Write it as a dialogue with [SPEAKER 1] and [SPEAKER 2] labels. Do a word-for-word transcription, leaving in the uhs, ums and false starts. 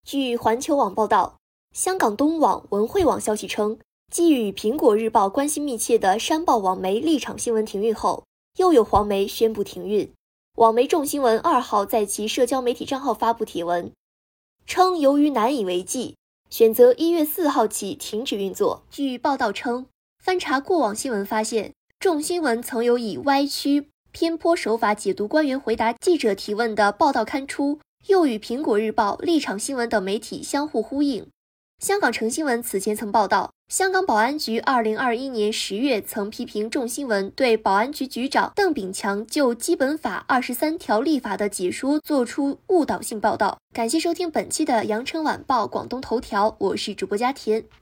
[SPEAKER 1] 据环球网报道，香港东网、文汇网消息称，继与苹果日报关系密切的山报网媒立场新闻停运后，又有黄媒宣布停运。网媒众新闻二号在其社交媒体账号发布帖文，称由于难以为继，选择一月四号起停止运作。据报道称，翻查过往新闻发现，众新闻曾有以歪曲、偏颇手法解读官员回答记者提问的报道刊出，又与苹果日报、立场新闻等媒体相互呼应。香港诚新闻此前曾报道，香港保安局二零二一年十月曾批评众新闻对保安局局长邓炳强就基本法二十三条立法的解说做出误导性报道。感谢收听本期的羊城晚报广东头条，我是主播佳田。